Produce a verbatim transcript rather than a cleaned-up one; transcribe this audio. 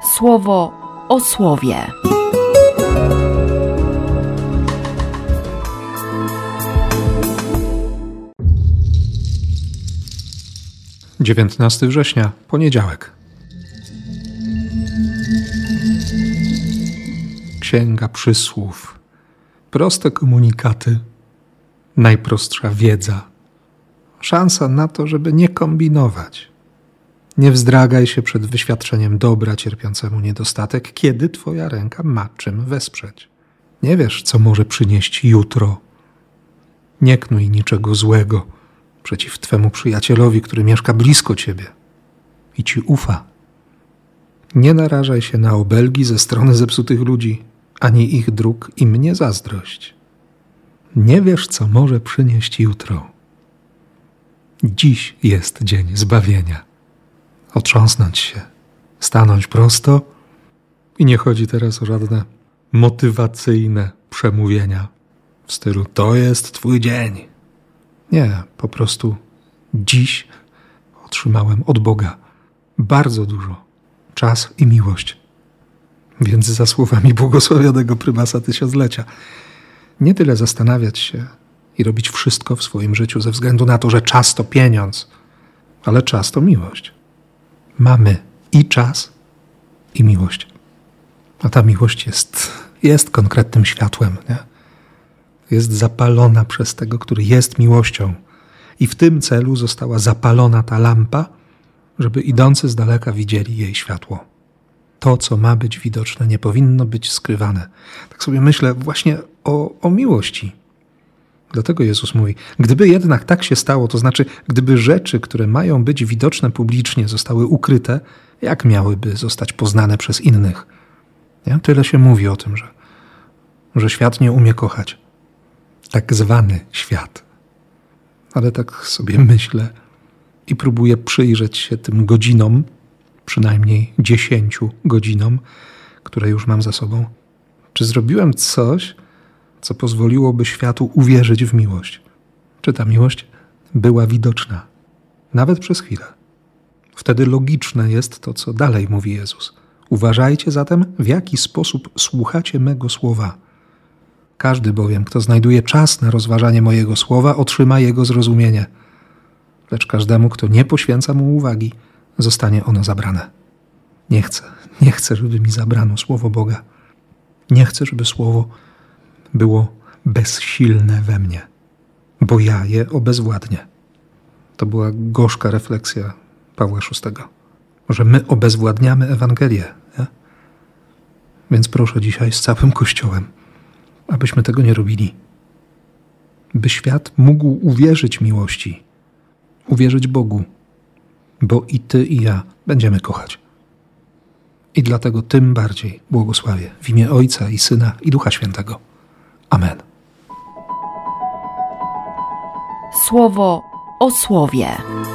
Słowo o słowie. dziewiętnastego września, poniedziałek. Księga Przysłów. Proste komunikaty, najprostsza wiedza. Szansa na to, żeby nie kombinować. Nie wzdragaj się przed wyświadczeniem dobra cierpiącemu niedostatek, kiedy twoja ręka ma czym wesprzeć. Nie wiesz, co może przynieść jutro. Nie knuj niczego złego przeciw twemu przyjacielowi, który mieszka blisko ciebie i ci ufa. Nie narażaj się na obelgi ze strony zepsutych ludzi, ani ich dróg im nie zazdrość. Nie wiesz, co może przynieść jutro. Dziś jest dzień zbawienia. Otrząsnąć się, stanąć prosto i nie chodzi teraz o żadne motywacyjne przemówienia w stylu to jest twój dzień. Nie, po prostu dziś otrzymałem od Boga bardzo dużo, czas i miłość. Więc za słowami błogosławionego prymasa tysiąclecia nie tyle zastanawiać się i robić wszystko w swoim życiu ze względu na to, że czas to pieniądz, ale czas to miłość. Mamy i czas, i miłość. A ta miłość jest, jest konkretnym światłem, nie? Jest zapalona przez tego, który jest miłością. I w tym celu została zapalona ta lampa, żeby idący z daleka widzieli jej światło. To, co ma być widoczne, nie powinno być skrywane. Tak sobie myślę właśnie o, o miłości. Dlatego Jezus mówi, gdyby jednak tak się stało, to znaczy, gdyby rzeczy, które mają być widoczne publicznie, zostały ukryte, jak miałyby zostać poznane przez innych? Nie? Tyle się mówi o tym, że, że świat nie umie kochać. Tak zwany świat. Ale tak sobie myślę i próbuję przyjrzeć się tym godzinom, przynajmniej dziesięciu godzinom, które już mam za sobą. Czy zrobiłem coś, co pozwoliłoby światu uwierzyć w miłość? Czy ta miłość była widoczna? Nawet przez chwilę. Wtedy logiczne jest to, co dalej mówi Jezus. Uważajcie zatem, w jaki sposób słuchacie mego słowa. Każdy bowiem, kto znajduje czas na rozważanie mojego słowa, otrzyma jego zrozumienie. Lecz każdemu, kto nie poświęca mu uwagi, zostanie ono zabrane. Nie chcę, nie chcę, żeby mi zabrano słowo Boga. Nie chcę, żeby słowo było bezsilne we mnie, bo ja je obezwładnię. To była gorzka refleksja Pawła szóstego, że my obezwładniamy Ewangelię. Nie? Więc proszę dzisiaj z całym Kościołem, abyśmy tego nie robili. By świat mógł uwierzyć miłości, uwierzyć Bogu, bo i ty, i ja będziemy kochać. I dlatego tym bardziej błogosławię w imię Ojca i Syna i Ducha Świętego. Amen. Słowo o słowie.